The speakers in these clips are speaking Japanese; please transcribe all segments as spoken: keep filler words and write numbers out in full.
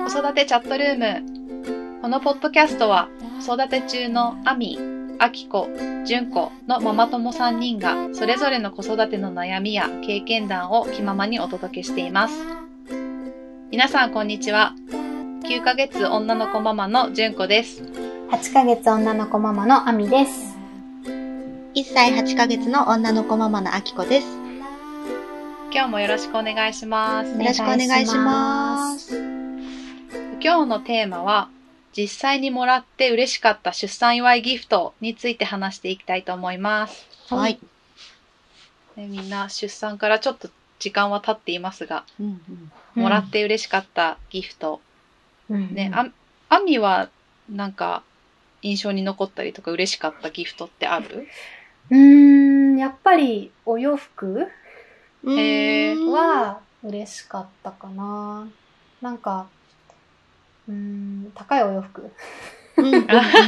子育てチャットルーム。このポッドキャストは子育て中のアミ、アキコ、ジュンコのママ友さんにんがそれぞれの子育ての悩みや経験談を気ままにお届けしています。皆さんこんにちは。きゅうかげつ女の子ママのジュンコです。 はちかげつ女の子ママのアミです。 いっさいはちかげつの女の子ママのアキコです。 今日もよろしくお願いします。 よろしくお願いします。 今日のテーマは、実際にもらって嬉しかった出産祝いギフトについて話していきたいと思います。 はい。 ね、みんな出産からちょっと時間は経っていますが、 うんうん、もらって嬉しかったギフト。 うんね、あ、アミはなんか印象に残ったりとか嬉しかったギフトってある？ うーん、やっぱりお洋服へーは嬉しかったかな。なんか、うーん、高いお洋服。 うんうんうん、 い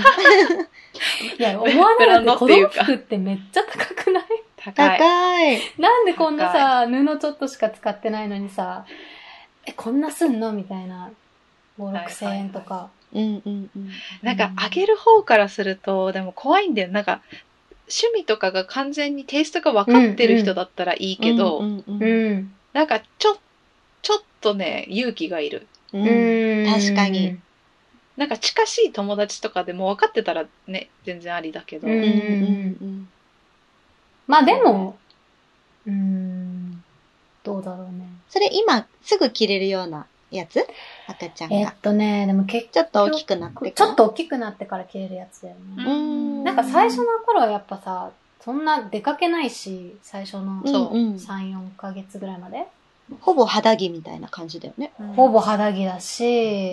や、思わないで子供服ってめっちゃ高くない？ 高い。 高い。 なんでこんなさ、布ちょっとしか使ってないのにさ、え、こんなすんのみたいな。ご、ろくせんえんとか。 うんうんうん。 なんかあげる方からすると、でも怖いんだよ。なんか趣味とかが完全にテイストが分かってる人だったらいいけど、 うんうんうんうん、 なんかちょ、ちょっとね、勇気がいる。 うんうん、確かに。 なんか近しい友達とかでも分かってたらね、全然ありだけど。 うんうんうん、まあでも、うーん、どうだろうね。 それ今すぐ着れるようなやつ？赤ちゃんが。 えっとね、でも結局ちょっと大きくなってから。 ちょっと大きくなってから着れるやつだよね。 うんなんか最初の頃はやっぱさ、そんな出かけないし、最初のさん、よんかげつぐらいまで。 ほぼ肌着みたいな感じだよね。 うん、ほぼ肌着だし、 うん、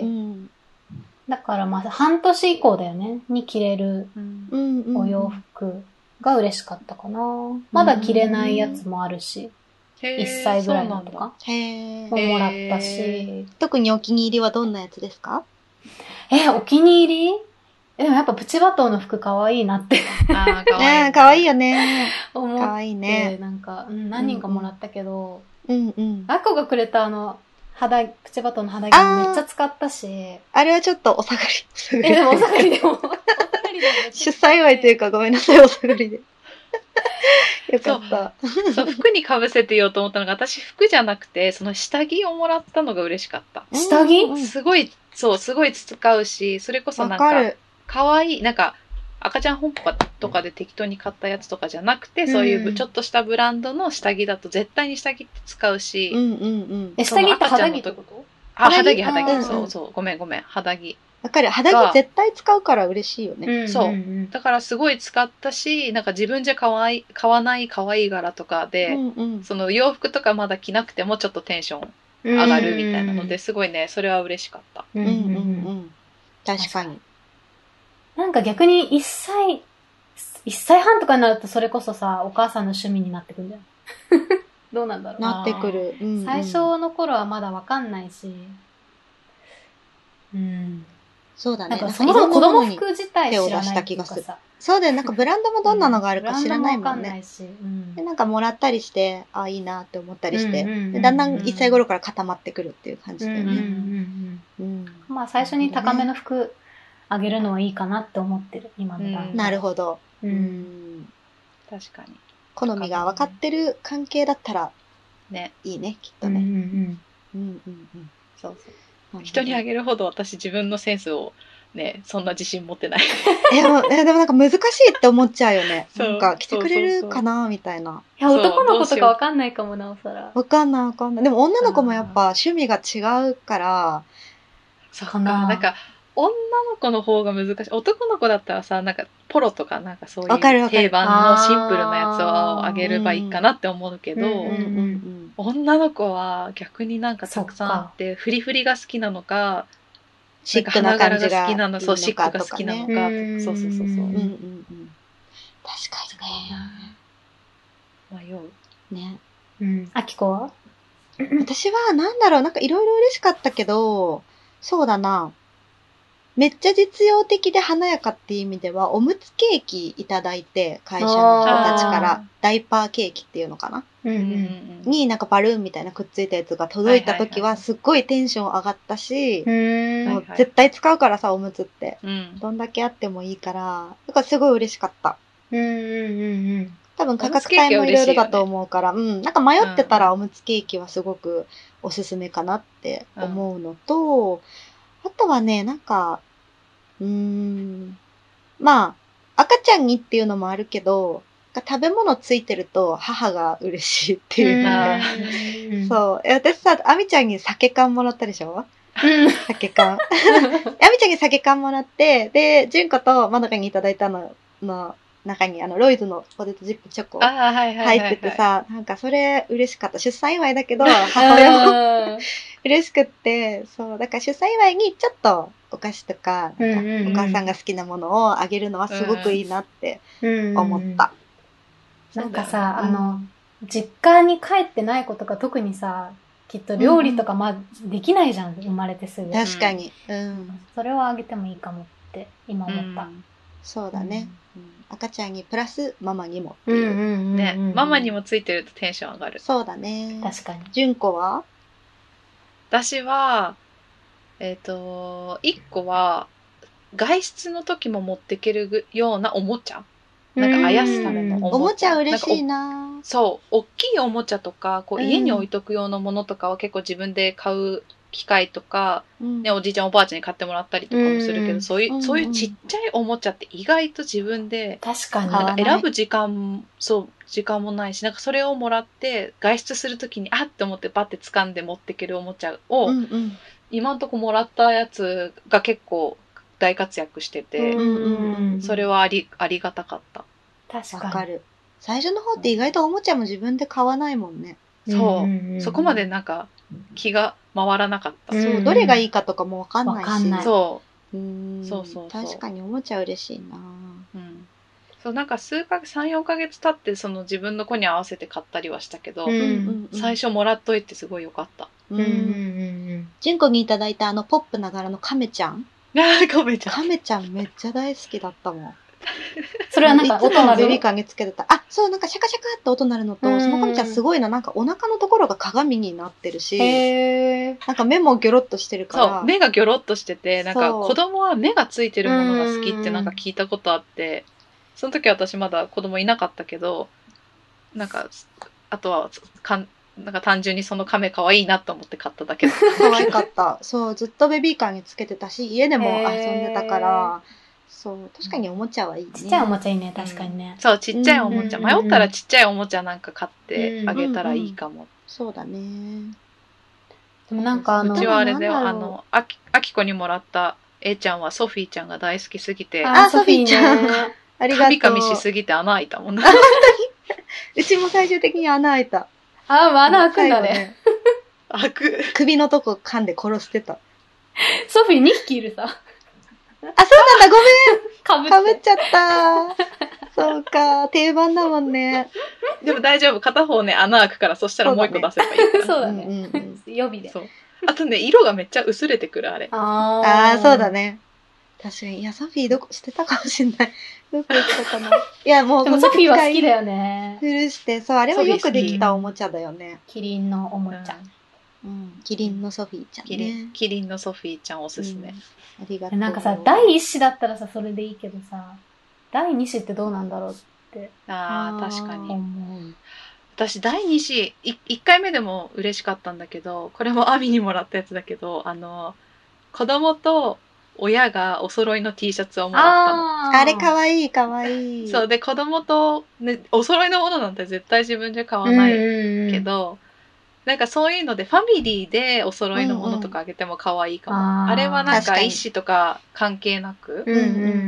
だからまあ半年以降だよね、に着れるお洋服が嬉しかったかな。うん、まだ着れないやつもあるし。いっさいぐらいのとかももらったし。 特にお気に入りはどんなやつですか？ え、お気に入り？でもやっぱプチバトーの服かわいいなって。 あーかわいい、ね。 かわいいよね。 思って。 かわいいね。 なんか、うん、何人かもらったけど、 うんうん。 あこがくれたあの、肌、プチバトーの肌着めっちゃ使ったし。 あれはちょっとお下がり。 え、でもお下がりでも。お下がりでも。 出産祝いというかごめんなさい、お下がりで。よかった。 そう、そう服に被せてようと思ったのが、私服じゃなくて、その下着をもらったのが嬉しかった。 下着？ すごい、そう、すごい使うし、それこそなんか、かわいい、なんか、赤ちゃん本舗とかで適当に買ったやつとかじゃなくて、うん、そういうちょっとしたブランドの下着だと絶対に下着って使うし、 うんうんうん。 え、下着って肌着ってこと？ あ、肌着、肌着、うんうん。そうそう。ごめんごめん。肌着。 わかる。肌着絶対使うから嬉しいよね。 うんうんうん、 そう。だからすごい使ったし、なんか自分じゃ買わい買わない可愛い柄とかで、 うんうん、 その洋服とかまだ着なくてもちょっとテンション上がるみたいなので、すごいね、それは嬉しかった。 うんうんうん。確かに。 なんか逆にいっさい、いっさいはんとかになるとそれこそさ、お母さんの趣味になってくるんだよ。どうなんだろうなってくる、 うんうん。最初の頃はまだわかんないし。うん。 そうだね。 なんかそもそも子供服自体知らないっていうかさ。 そうだよ。なんかブランドもどんなのがあるか知らないもんね。 ブランドもわかんないし。うん、 でなんかもらったりして、ああ、いいなって思ったりして、でだんだんいっさい頃から固まってくるっていう感じだよね。 まあ最初に高めの服あげるのはいいかなって思ってる、今の段階。 なるほど。 うん。 確かに。 好みが分かってる関係だったら、ね、いいね、きっとね。 うんうんうん。 うんうんうん。 そうそう。人にあげるほど私自分のセンスをね、そんな自信持ってない。 えでも、でもなんか難しいって思っちゃうよね。なんか来てくれるかなみたいな。 いや、男の子とかわかんないかもな、おさら。 わかんないわかんない。でも女の子もやっぱ趣味が違うから、 そうかな。なんか、女の子の方が難しい。男の子だったらさ、なんか、ポロとかなんかそういう定番のシンプルなやつをあげればいいかなって思うけど、女の子は逆になんかたくさんあって、フリフリが好きなのか、 シックな感じが好きなの、そう、シックが好きなのか、そうそうそうそう。うんうんうん。 確かにね。迷う。 ね。 うん。あきこは？ 私はなんだろう、なんかいろいろ嬉しかったけど、そうだな。 めっちゃ実用的で華やかっていう意味では、おむつケーキいただいて、会社の人たちから、ダイパーケーキっていうのかな、うんうん、になんかバルーンみたいなくっついたやつが届いた時はすっごいテンション上がったし、もう絶対使うからさ、おむつって、うん。どんだけあってもいいから、だからすごい嬉しかった。うんうんうん、多分価格帯もいろいろだと思うから、うん、なんか迷ってたらおむつケーキはすごくおすすめかなって思うのと、うん、あとはね、なんか、うーん。まあ、赤ちゃんにっていうのもあるけど、食べ物ついてると母が嬉しいっていうか。そう。私さ、あみちゃんに酒缶もらったでしょ、うん、酒缶。あみちゃんに酒缶もらって、で、じゅんことまどかにいただいたのの中に、あの、ロイズのポテトチップチョコ入っててさ、なんかそれ嬉しかった。出産祝いだけど、母親も嬉しくって、そう、だから出産祝いにちょっとお菓子とか、なんかお母さんが好きなものをあげるのはすごくいいなって思った。 なんかさ、あの、実家に帰ってない子とか特にさ、きっと料理とかまあできないじゃん、生まれてすぐ。 確かに。うん。 それをあげてもいいかもって今思った。 そうだね。赤ちゃんにプラスママにもっていう。 ね、ママにもついてるとテンション上がる。 そうだね。 確かに。 純子は？ 私は、えっと、一個は、外出の時も持っていけるようなおもちゃ。なんかあやすためのおもちゃ。 おもちゃ嬉しいな。 そう、大きいおもちゃとか、こう家に置いとく用のものとかは結構自分で買う機会とか、うん、ね、おじいちゃんおばあちゃんに買ってもらったりとかもするけど、うん、そういう、そういうちっちゃいおもちゃって意外と自分で、 確かになんか選ぶ時間、そう、時間もないし、なんかそれをもらって外出するときに、あって思ってバッて掴んで持ってけるおもちゃを、うんうん、今んとこもらったやつが結構大活躍してて、うんうん、それはあり、ありがたかった。 確かに。 わかる。最初の方って意外とおもちゃも自分で買わないもんね。 そう。そこまでなんか気が回らなかった。 そう。どれがいいかとかもわかんないし。わかんない。 そう。 うんそうそうそう。確かにおもちゃ嬉しいな。 うん。そう、なんか数ヶ月、さん、よんかげつ経ってその自分の子に合わせて買ったりはしたけど、うん、最初もらっといてすごいよかった。うんうんうんうん純子にいただいたあのポップな柄のカメちゃん。 ああ、カメちゃん。 カメちゃんめっちゃ大好きだったもん。 それはなんか音鳴る。 ベビーカーにつけてた。あ、そう、なんかシャカシャカって音鳴るのと、そのカメちゃんすごいな、なんかお腹のところが鏡になってるし、へーなんか目もギョロッとしてるから。 そう、目がギョロッとしてて、なんか子供は目がついてるものが好きってなんか聞いたことあって、その時私まだ子供いなかったけど、なんか、あとはかん、なんか単純にそのカメ可愛いなと思って買っただけだった。 可愛かった。そう、ずっとベビーカーにつけてたし、家でも遊んでたから、そう、確かにおもちゃはいいね。 ちっちゃいおもちゃいいね、確かにね。 うん、そう、ちっちゃいおもちゃ。迷ったらちっちゃいおもちゃなんか買ってあげたらいいかも。うんうんうん、 そうだね。 でもなんかあの、 うちはあれだよ、あの、あき、あきこにもらった A ちゃんはソフィーちゃんが大好きすぎて。 あ、ソフィーちゃん。ありがとう。 カミカミしすぎて穴開いたもんな。 本当にうちも最終的に穴開いた。 あ、もう穴開くんだね。 開く。 首のとこ噛んで殺してた。 ソフィーにひきいるさ。あ、 そうなんだ、ごめん。 かぶかぶっちゃった。そうか、定番だもんね。 でも大丈夫。片方ね、穴開くから、そしたらもう一個出せばいいから。 そうだね。うんうんうん、予備で。 そう。あとね、色がめっちゃ薄れてくる、あれ。 ああ、そうだね。確かに。いや、ソフィーどこ、してたかもしんない。どこ行ったかな。いや、もう、 でもソフィーは好きだよね。 古して、そう、あれはよくできたおもちゃだよね。 キリンのおもちゃ。 うん。キリンのソフィーちゃんね。 キリン、キリンのソフィーちゃんおすすめ。うん、 ありがとう。 なんかさ、第一子だったらさ、それでいいけどさ、第二子ってどうなんだろうって。 ああ、確かに。私、第二子、い、一回目でも嬉しかったんだけど、これもアミにもらったやつだけど、あの、子供と親がお揃いの T シャツをもらったの。 あ, あれかわいいかわいい。 そう、で、子供と、ね、お揃いのものなんて絶対自分じゃ買わないけど、なんかそういうので、ファミリーでお揃いのものとかあげても可愛いかも。うんうん、あ, あれはなんか一子とか関係なく、うんうんうんうん、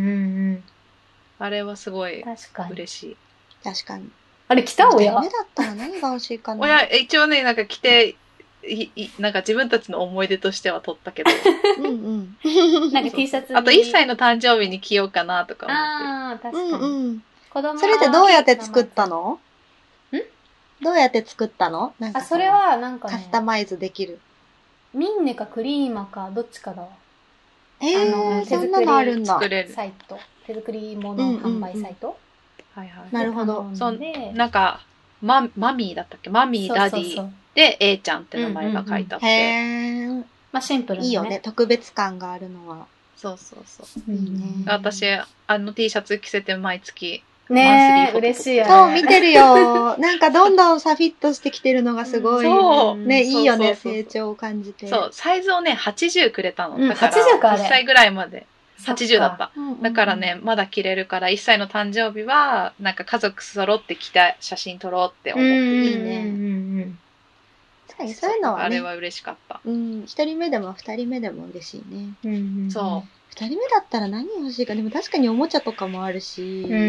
あれはすごい嬉しい。 確かに。 あれ着た親？ ダメだったら何が欲しいかな。 親、一応ね、なんか着て、いいなんか自分たちの思い出としては撮ったけど。 うんうん。 なんか T シャツに。 あといっさいの誕生日に着ようかなとか思って。 ああ、確かに。うんうん、 子供それでどうやって作ったの？んどうやって作ったの？なんかあ、それはなんかね。 カスタマイズできる。 ミンネかクリーマかどっちかだわ。 えー、あの手作り作れるサイト、手作り物販売サイト、うんうんうん、はいはい。なるほど。 そんなんかママミーだったっけ、マミーダディで A ちゃんって名前が書いてあって、 へー、まあシンプルなね。 いいよね、特別感があるのは。 そうそうそう。いいね。私あの T シャツ着せて毎月。 ねえ、嬉しいよね。 そう、見てるよ。なんかどんどんさ、フィットしてきてるのがすごい。そう。ね、いいよね、成長を感じて。 そう、サイズをね、はちじゅうくれたの。だから、はちじゅうかあれいっさいぐらいまで。はちじゅうだった。だからね、まだ着れるから、いっさいの誕生日は、なんか家族揃って着た写真撮ろうって思って。いいね。そういうのはね。あれは嬉しかった。 うん。一人目でも二人目でも嬉しいね。うん。そう。二人目だったら何欲しいか。でも確かにおもちゃとかもあるし。うん。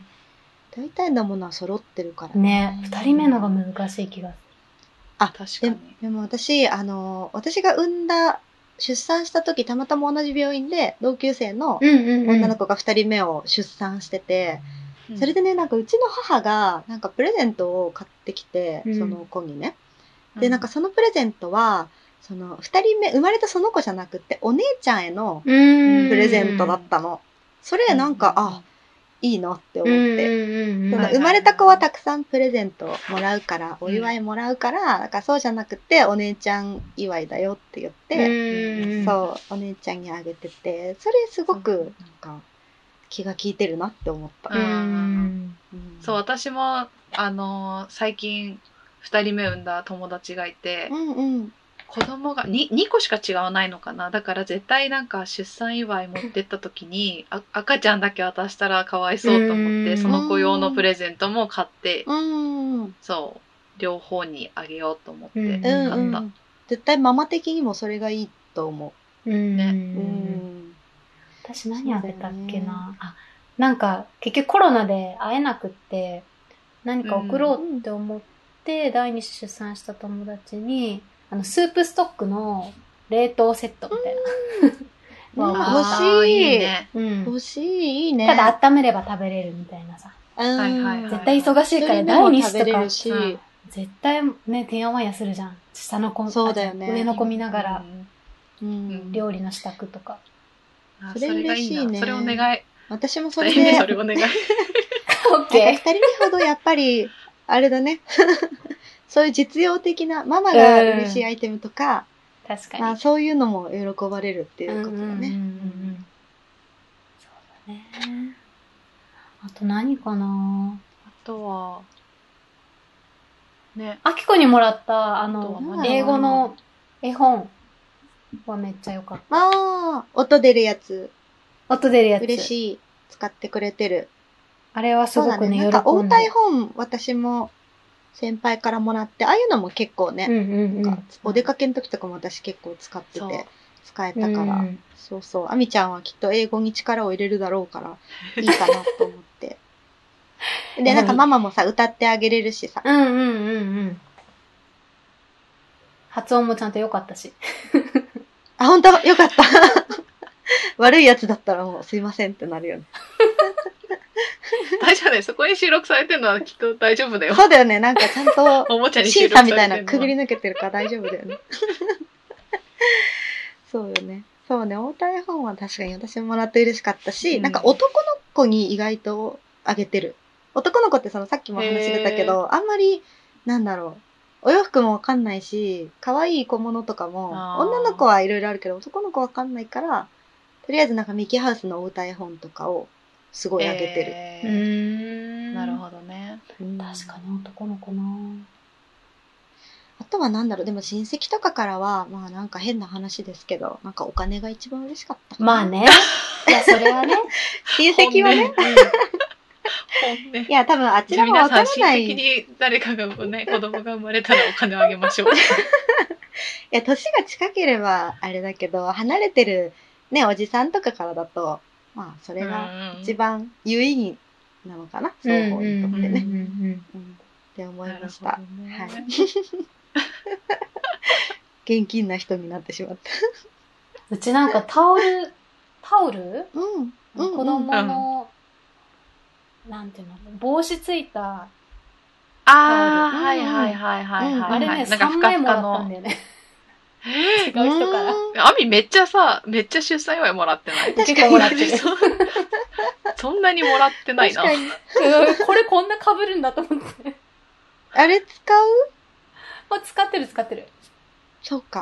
大体のものは揃ってるからね。ね、二人目のが難しい気がする。 あ、確かに。で、でも私、あの、私が産んだ、出産した時、たまたま同じ病院で、同級生の女の子が二人目を出産してて、うんうん、それでね、なんかうちの母が、なんかプレゼントを買ってきて、うん、その子にね。で、なんかそのプレゼントは、その、二人目、生まれたその子じゃなくて、お姉ちゃんへのプレゼントだったの。それ、なんか、あ、いいのって思って。生まれた子はたくさんプレゼントもらうから、お祝いもらうから、なんかそうじゃなくて、お姉ちゃん祝いだよって言って、そう、お姉ちゃんにあげてて、それすごく、なんか、気が利いてるなって思った。うん、 そう、私も、あの、最近、二人目産んだ友達がいて、うんうん、子供が 2, 2個しか違わないのかな。だから絶対なんか出産祝い持ってった時にあ赤ちゃんだけ渡したらかわいそうと思ってその子用のプレゼントも買ってそう両方にあげようと思って買った、うんうん、 絶対ママ的にもそれがいいと思う、うんね、うん私何あげたっけな、ね、あなんか結局コロナで会えなくって何か送ろうって思って、うん、第二子出産した友達にあの、スープストックの冷凍セットみたいな。うん、欲しい。いいね。うん。欲しい、いいね。 ただ温めれば食べれるみたいなさ。はいはい。絶対忙しいから第二子とか。絶対ね、てんやわんやするじゃん。下の子、そうだよね。上の子見ながら、うん、料理の支度とか。 それ嬉しいね。 それお願い。 私もそれで。 それお願い。 オッケー。二人目ほどやっぱり、あれだね。そういう実用的な、ママが嬉しいアイテムとか、 うん、確かに、 まあ、そういうのも喜ばれるっていうことだね。うんうんうんうん、 そうだね。あと何かなあとは、 ね。あきこにもらった、あの、英語の絵本はめっちゃ良かった。 ああ、音出るやつ。 音出るやつ。 嬉しい。使ってくれてる。 あれはすごくね、 ね、なんか、応対本、私も、先輩からもらって、ああいうのも結構ね、うんうんうん、なんかお出かけの時とかも私結構使ってて、使えたから、うん、そうそう、あみちゃんはきっと英語に力を入れるだろうから、いいかなと思って。で、なんかママもさ、歌ってあげれるしさ。 うんうんうんうん。発音もちゃんと良かったし。 あ、ほんとよかった。悪いやつだったらもうすいませんってなるよね。 大丈夫だよ。そこに収録されてるのはきっと大丈夫だよ。 そうだよね。なんかちゃんと、 おもちゃに審査みたいなくぐり抜けてるから大丈夫だよね。そうよね。そうね。応対本は確かに私ももらって嬉しかったし、うん、なんか男の子に意外とあげてる。男の子ってそのさっきも話してたけど、あんまり、なんだろう。お洋服もわかんないし、可愛い小物とかも、女の子はいろいろあるけど、男の子わかんないから、とりあえずなんかミキハウスの応対本とかを、すごいあげてる。 えー、うーんなるほどね。 確かに男の子な。 あとはなんだろう、でも親戚とかからは、まあなんか変な話ですけど、なんかお金が一番嬉しかった。 まあね。いや、それはね。 親戚はね。いや、多分あっちの方がわからない。 親戚に誰かがね、子供が生まれたらお金をあげましょう。いや、年が近ければあれだけど、離れてるね、おじさんとかからだと、まあ、それが一番有意義なのかな、双方にとってね。って思いました。ね、はい。現金な人になってしまった。 うちなんかタオル、タオル、うん、子供の、うん、なんていうの、帽子ついたああ、はいはいはいはい、はい。 あれね、さんまいもらったんだよね。 違う人から。 アミめっちゃさ、めっちゃ出産祝いもらってない？ 確かにもらってる。 そんなにもらってないな。 これこんな被るんだと思って。 あれ使う？ まあ、使ってる使ってる。 そうか。 うん。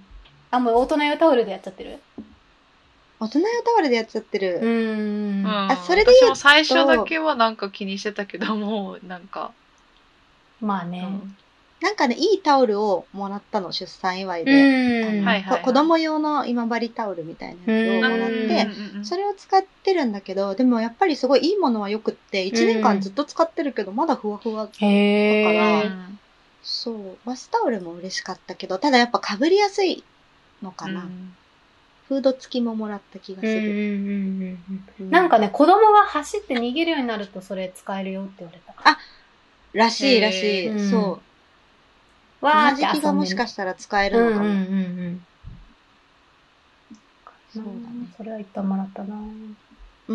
あ、もう大人用タオルでやっちゃってる？ 大人用タオルでやっちゃってる。 うーん。 あ、それで言うと私も最初だけはなんか気にしてたけども、なんか。 まあね、 うん。なんかね、いいタオルをもらったの、出産祝いで。 うん。 はいはいはい、 子供用の今治タオルみたいなやつをもらって、それを使ってるんだけど、でもやっぱりすごいいいものはよくって、いちねんかんずっと使ってるけど、まだふわふわだから、 へー。 そう、バスタオルも嬉しかったけど、ただやっぱ被りやすいのかな。うん、フード付きももらった気がする。うんうんうん、なんかね、子供が走って逃げるようになるとそれ使えるよって言われた。 あ、らしいらしい。うん、そう。わーって時期がもしかしたら使えるのかも。うんうんうん、 そうだね。それはいっぱいもらったな。 うん。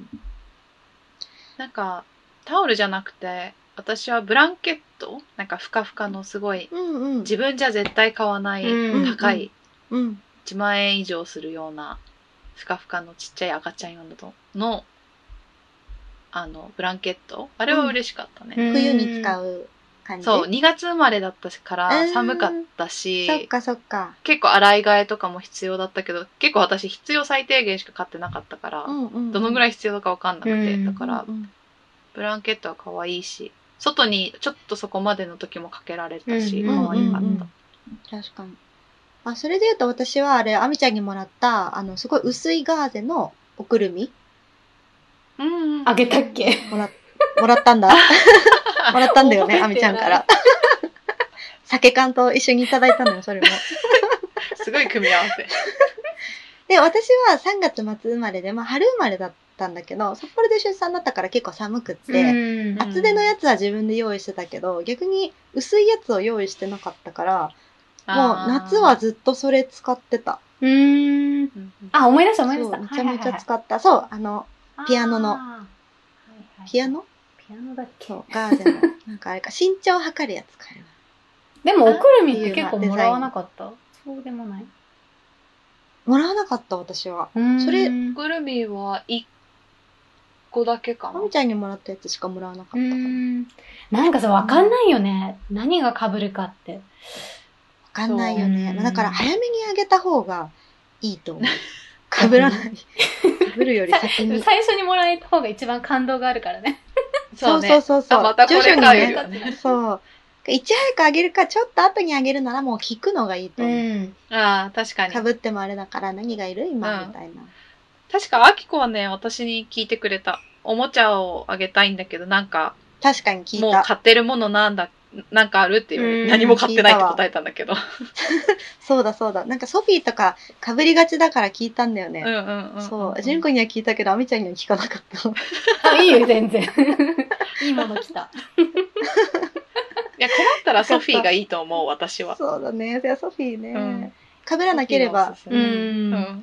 なんか、タオルじゃなくて、私はブランケットなんかふかふかのすごい、うんうん、自分じゃ絶対買わない高い、うんうん、いちまんえん以上するようなふかふかのちっちゃい赤ちゃん用のあのブランケット、あれは嬉しかったね、 うん、冬に使う感じ。 そう、にがつ生まれだったから寒かったし、 そっかそっか。 結構洗い替えとかも必要だったけど、結構私必要最低限しか買ってなかったから、うんうんうん、どのぐらい必要だかわかんなくて、うん、だから、うんうん、ブランケットは可愛いし、外にちょっとそこまでの時もかけられたし、可愛かった。 確かに。あ、それで言うと私はあれ、あみちゃんにもらった、あの、すごい薄いガーゼのおくるみ。 うん。あげたっけ？ もら、もらったんだ。もらったんだよね、あみちゃんから。酒缶と一緒にいただいたのよ、それも。 すごい組み合わせ。 で、私はさんがつ末生まれで、まあ春生まれだったんだけど、札幌で出産だったから結構寒くって、厚手のやつは自分で用意してたけど、逆に薄いやつを用意してなかったから、もう夏はずっとそれ使ってた。 うーん。あ、思い出した思い出した。 めちゃめちゃ使った。そう、あの、ピアノの。ピアノピアノだっけ？ そう、ガーゼの。なんかあれか、身長測るやつかあれは。 でも、おくるみって結構もらわなかった？そうでもない。 もらわなかった、私は。 それ、おくるみはいっこだけかな。 あみちゃんにもらったやつしかもらわなかったかな。 なんかさ、わかんないよね。うん、何が被るかって。 わかんないよね。だから、早めにあげた方がいいと思う。被らない。被るより先に。 最初にもらえた方が一番感動があるからね。 そうそうそうそう。 またこれかよね。 そう。いち早くあげるか、ちょっと後にあげるならもう聞くのがいいと思う。うん、 ああ、確かに。 被ってもあれだから何がいる今、うん、みたいな。 確か、あきこはね、私に聞いてくれた。おもちゃをあげたいんだけど、なんか。 確かに聞いた。 もう買ってるものなんだ、なんかあるっていう。何も買ってないって答えたんだけど。 そうだそうだ。なんかソフィーとか被りがちだから聞いたんだよね。 うんうんうん、うん。 そう。ジュンコには聞いたけど、あみちゃんには聞かなかった。 あ、いいよ、全然。いいもの来た。 いや、困ったらソフィーがいいと思う、私は。 そうだね。いや、ソフィーね。うん、被らなければ。 うん、うん。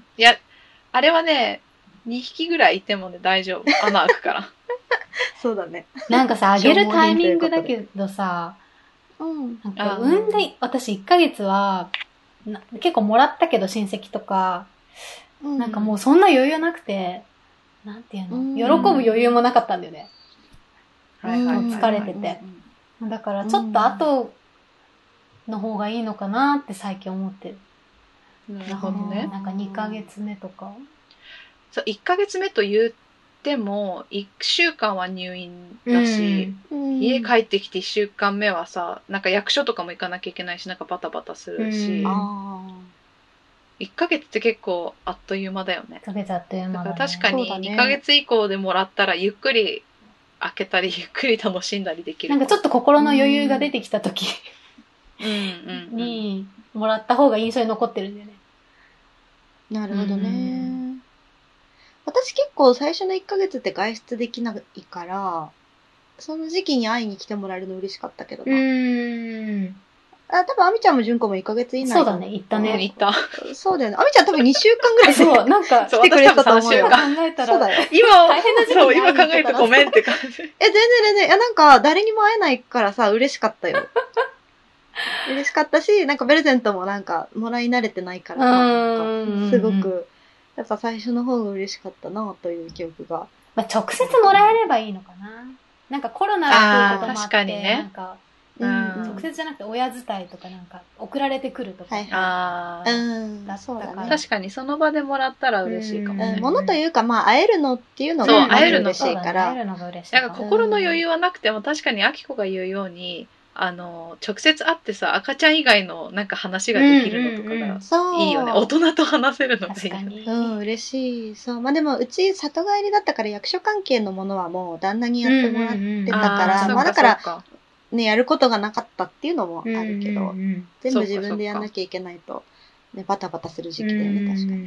いや、あれはね、にひきぐらいいてもね、大丈夫。穴開くから。 そうだね。 なんかさ、あげるタイミングだけどさ、うん。なんか産んで、私いっかげつは、結構もらったけど親戚とか、うん、なんかもうそんな余裕なくて、なんていうの、うん、喜ぶ余裕もなかったんだよね。はいはい。疲れてて。だからちょっと後の方がいいのかなって最近思ってる。 なるほどね。 なんかにかげつめとか。 そう、いっかげつめと言っても、いっしゅうかんは入院だし、うん、家帰ってきていっしゅうかんめはさ、なんか役所とかも行かなきゃいけないし、なんかバタバタするし、うん、あいっかげつって結構あっという間だよね。 いっかげつあっという間だね。 だから確かににかげつ以降でもらったらゆっくり開けたりゆっくり楽しんだりできる。 なんかちょっと心の余裕が出てきた時にもらった方が印象に残ってるんだよね。 なるほどね。私結構最初のいっかげつって外出できないから、その時期に会いに来てもらえるの嬉しかったけどな。うーん。あ、多分あみちゃんもじゅんこもいっかげつ以内。 そうだね、行ったね。 行った。 そうだよね。あみちゃん多分にしゅうかんぐらいで。 そう、なんか、 来てくれたと思うよ。 考えたら。 そうだよ。 今、大変な時期そう、今考えてごめんって感じ。え、 全然全然。いや、なんか、誰にも会えないからさ、嬉しかったよ。 嬉しかったし、なんかプレゼントもなんかもらい慣れてないからさ、なんかすごく、やっぱ最初の方が嬉しかったなという記憶が。 まあ、直接もらえればいいのかな。なんかコロナが来ることもあって、 確かにね、 なんか、うん、直接じゃなくて親伝いとかなんか送られてくるとか、はいはい、ああ、うん、だったから、ね、 確かにその場でもらったら嬉しいかもね。 うん、ものというかまあ会えるのっていうのが嬉しいから、 会えるのが嬉しい。 なんか心の余裕はなくても確かにあきこが言うように、あの直接会ってさ赤ちゃん以外のなんか話ができるのとかがいいよね。大人と話せるのがいいよね。 うん嬉しい。そうまあでもうち里帰りだったから役所関係のものはもう旦那にやってもらってたから、まあだから。ね、やることがなかったっていうのもあるけど、うんうんうん、全部自分でやんなきゃいけないと、ね、バタバタする時期だよね、確かに。うん、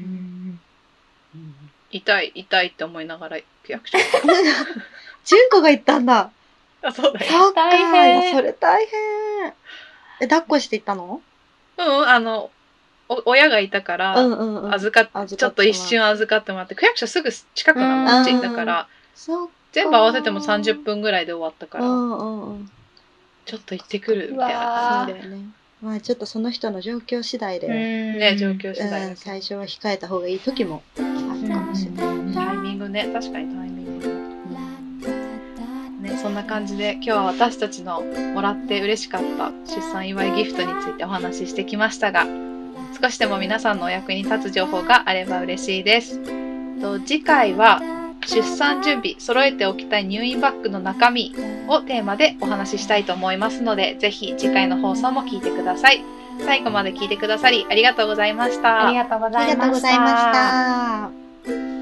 痛い、痛いって思いながら役所。 純子が言ったんだ。 あ、そうだよ。 そっか、大変。それ大変。え、抱っこしていったの？ うん、あの、お親がいたから、うんうんうん、預かっ、ちょっと一瞬預かってもらって、区役所すぐ近くなの、うちだから、全部合わせてもさんじゅっぷんぐらいで終わったから。うんうんうんちょっと行ってくるみたいな。 そうだよね。まあちょっとその人の状況次第で。 ね、状況次第で、うん。最初は控えた方がいい時もあるかもしれない。 タイミングね、確かにタイミング。うん、ね、そんな感じで今日は私たちのもらって嬉しかった出産祝いギフトについてお話ししてきましたが、少しでも皆さんのお役に立つ情報があれば嬉しいです。と次回は出産準備、揃えておきたい入院バッグの中身をテーマでお話ししたいと思いますので、ぜひ次回の放送も聞いてください。最後まで聞いてくださりありがとうございました。 ありがとうございました。 ありがとうございました。